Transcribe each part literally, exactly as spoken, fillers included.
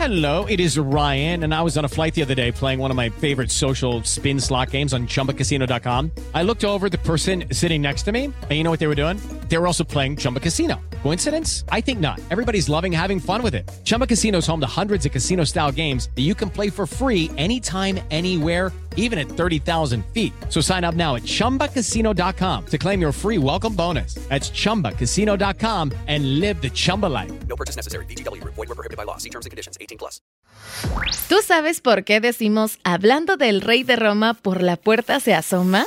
Hello, it is Ryan, and I was on a flight the other day playing one of my favorite social spin slot games on Chumba Casino dot com. I looked over at the person sitting next to me, and you know what they were doing? They were also playing Chumba Casino. Coincidence? I think not. Everybody's loving having fun with it. Chumba Casino is home to hundreds of casino-style games that you can play for free anytime, anywhere, even at thirty thousand feet. So sign up now at Chumba Casino dot com to claim your free welcome bonus. That's Chumba Casino dot com and live the Chumba life. No purchase necessary. V G W. Void where prohibited by law. See terms and conditions. eighteen plus. ¿Tú sabes por qué decimos hablando del rey de Roma por la puerta se asoma?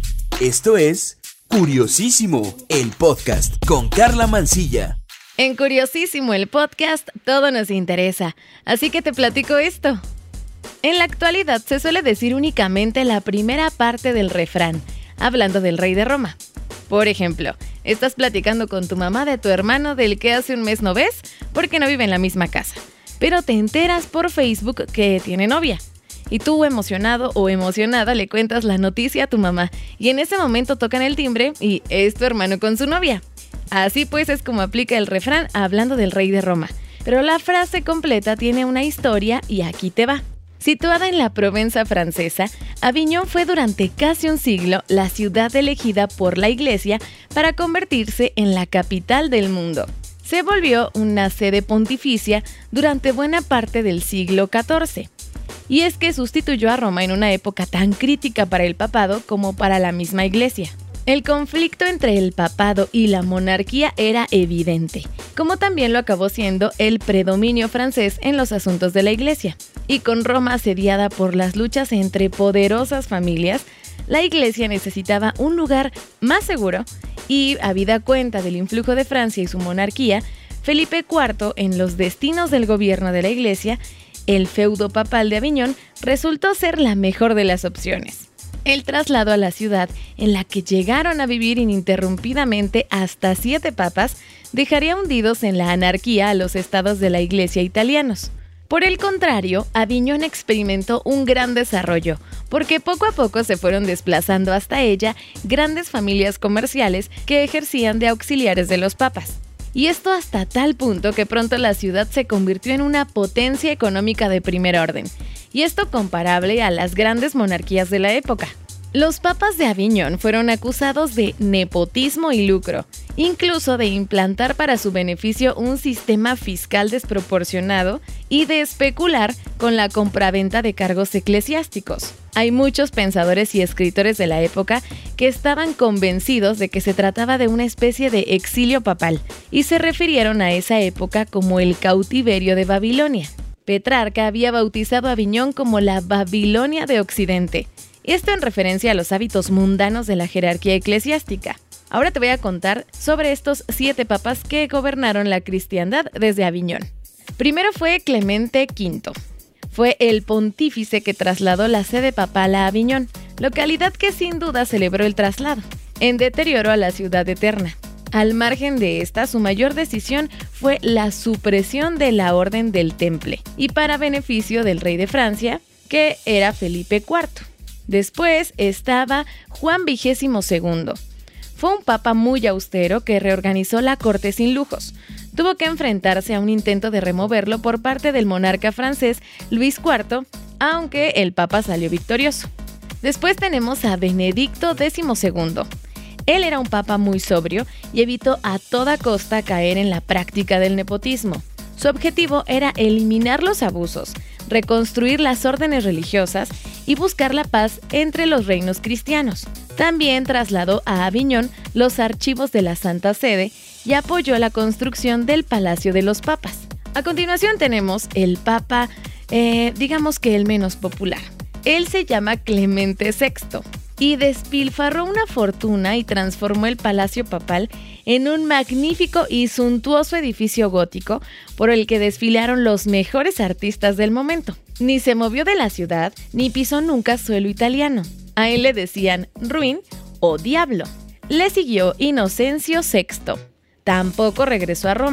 Esto es Curiosísimo, el podcast con Carla Mancilla. En Curiosísimo, el podcast, todo nos interesa, así que te platico esto. En la actualidad se suele decir únicamente la primera parte del refrán, hablando del rey de Roma. Por ejemplo, estás platicando con tu mamá de tu hermano del que hace un mes no ves porque no vive en la misma casa, pero te enteras por Facebook que tiene novia. Y tú, emocionado o emocionada, le cuentas la noticia a tu mamá y en ese momento tocan el timbre y es tu hermano con su novia. Así pues es como aplica el refrán hablando del rey de Roma. Pero la frase completa tiene una historia y aquí te va. Situada en la Provenza francesa, Aviñón fue durante casi un siglo la ciudad elegida por la Iglesia para convertirse en la capital del mundo. Se volvió una sede pontificia durante buena parte del siglo catorce. Y es que sustituyó a Roma en una época tan crítica para el papado como para la misma Iglesia. El conflicto entre el papado y la monarquía era evidente, como también lo acabó siendo el predominio francés en los asuntos de la Iglesia. Y con Roma asediada por las luchas entre poderosas familias, la Iglesia necesitaba un lugar más seguro y, habida cuenta del influjo de Francia y su monarquía, Felipe cuarto, en los destinos del gobierno de la Iglesia, el feudo papal de Aviñón resultó ser la mejor de las opciones. El traslado a la ciudad, en la que llegaron a vivir ininterrumpidamente hasta siete papas, dejaría hundidos en la anarquía a los estados de la Iglesia italianos. Por el contrario, Aviñón experimentó un gran desarrollo, porque poco a poco se fueron desplazando hasta ella grandes familias comerciales que ejercían de auxiliares de los papas. Y esto hasta tal punto que pronto la ciudad se convirtió en una potencia económica de primer orden, y esto comparable a las grandes monarquías de la época. Los papas de Aviñón fueron acusados de nepotismo y lucro, incluso de implantar para su beneficio un sistema fiscal desproporcionado y de especular con la compraventa de cargos eclesiásticos. Hay muchos pensadores y escritores de la época que estaban convencidos de que se trataba de una especie de exilio papal y se refirieron a esa época como el cautiverio de Babilonia. Petrarca había bautizado a Aviñón como la Babilonia de Occidente, esto en referencia a los hábitos mundanos de la jerarquía eclesiástica. Ahora te voy a contar sobre estos siete papas que gobernaron la cristiandad desde Aviñón. Primero fue Clemente quinto. Fue el pontífice que trasladó la sede papal a Aviñón, localidad que sin duda celebró el traslado, en deterioro a la ciudad eterna. Al margen de esta, su mayor decisión fue la supresión de la Orden del Temple, y para beneficio del rey de Francia, que era Felipe cuarto. Después estaba Juan vigésimo segundo. Fue un papa muy austero que reorganizó la corte sin lujos. Tuvo que enfrentarse a un intento de removerlo por parte del monarca francés Luis cuarto, aunque el papa salió victorioso. Después tenemos a Benedicto décimo segundo. Él era un papa muy sobrio y evitó a toda costa caer en la práctica del nepotismo. Su objetivo era eliminar los abusos, reconstruir las órdenes religiosas y buscar la paz entre los reinos cristianos. También trasladó a Aviñón los archivos de la Santa Sede y apoyó la construcción del Palacio de los Papas. A continuación tenemos el papa, eh, digamos que el menos popular. Él se llama Clemente sexto y despilfarró una fortuna y transformó el Palacio Papal en un magnífico y suntuoso edificio gótico por el que desfilaron los mejores artistas del momento. Ni se movió de la ciudad, ni pisó nunca suelo italiano. A él le decían ruin o diablo. Le siguió Inocencio sexto. Tampoco regresó a Roma.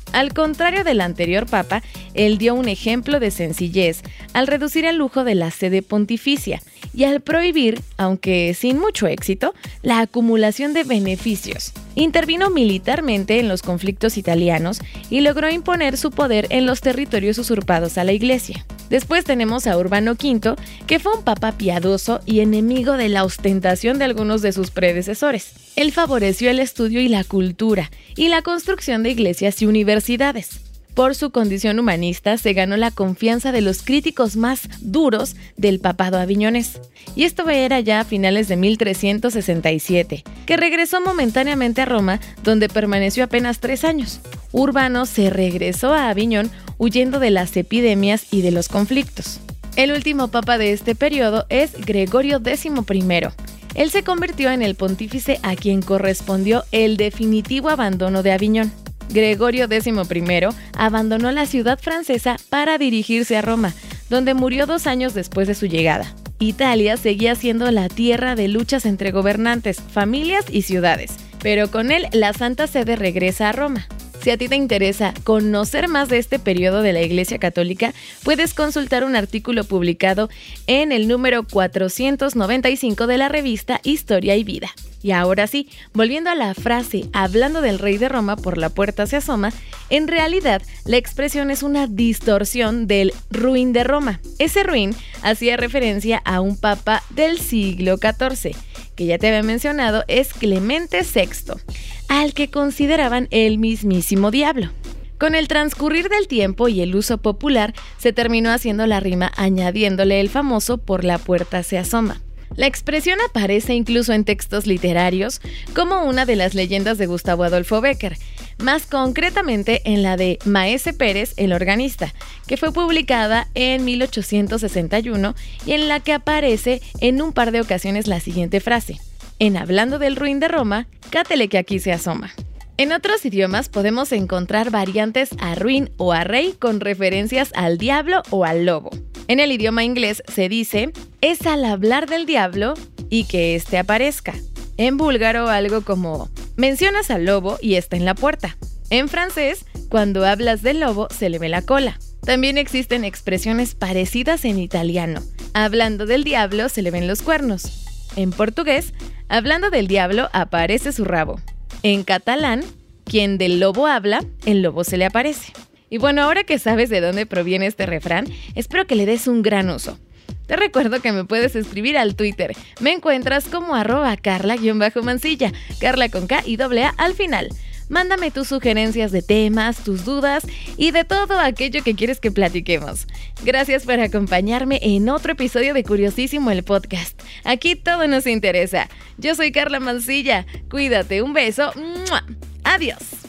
Al contrario del anterior papa, él dio un ejemplo de sencillez al reducir el lujo de la sede pontificia y al prohibir, aunque sin mucho éxito, la acumulación de beneficios. Intervino militarmente en los conflictos italianos y logró imponer su poder en los territorios usurpados a la Iglesia. Después tenemos a Urbano quinto, que fue un papa piadoso y enemigo de la ostentación de algunos de sus predecesores. Él favoreció el estudio y la cultura, y la construcción de iglesias y universidades. Por su condición humanista, se ganó la confianza de los críticos más duros del papado aviñonés. Y esto era ya a finales de mil trescientos sesenta y siete, que regresó momentáneamente a Roma, donde permaneció apenas tres años. Urbano se regresó a Aviñón huyendo de las epidemias y de los conflictos. El último papa de este periodo es Gregorio décimo primero. Él se convirtió en el pontífice a quien correspondió el definitivo abandono de Aviñón. Gregorio décimo primero abandonó la ciudad francesa para dirigirse a Roma, donde murió dos años después de su llegada. Italia seguía siendo la tierra de luchas entre gobernantes, familias y ciudades, pero con él la Santa Sede regresa a Roma. Si a ti te interesa conocer más de este periodo de la Iglesia Católica, puedes consultar un artículo publicado en el número cuatrocientos noventa y cinco de la revista Historia y Vida. Y ahora sí, volviendo a la frase hablando del rey de Roma por la puerta se asoma, en realidad la expresión es una distorsión del ruin de Roma. Ese ruin hacía referencia a un papa del siglo catorce, que ya te había mencionado, es Clemente sexto, al que consideraban el mismísimo diablo. Con el transcurrir del tiempo y el uso popular, se terminó haciendo la rima añadiéndole el famoso por la puerta se asoma. La expresión aparece incluso en textos literarios, como una de las leyendas de Gustavo Adolfo Bécquer, más concretamente en la de Maese Pérez, el organista, que fue publicada en mil ochocientos sesenta y uno y en la que aparece en un par de ocasiones la siguiente frase: en hablando del ruin de Roma, cátele que aquí se asoma. En otros idiomas podemos encontrar variantes a ruin o a rey con referencias al diablo o al lobo. En el idioma inglés se dice, es al hablar del diablo y que éste aparezca. En búlgaro algo como, mencionas al lobo y está en la puerta. En francés, cuando hablas del lobo se le ve la cola. También existen expresiones parecidas en italiano. Hablando del diablo se le ven los cuernos. En portugués, hablando del diablo aparece su rabo. En catalán, quien del lobo habla, el lobo se le aparece. Y bueno, ahora que sabes de dónde proviene este refrán, espero que le des un gran uso. Te recuerdo que me puedes escribir al Twitter. Me encuentras como arroba carla-mansilla, Carla con K y doble A al final. Mándame tus sugerencias de temas, tus dudas y de todo aquello que quieres que platiquemos. Gracias por acompañarme en otro episodio de Curiosísimo el Podcast. Aquí todo nos interesa. Yo soy Carla Mansilla. Cuídate, un beso. ¡Mua! Adiós.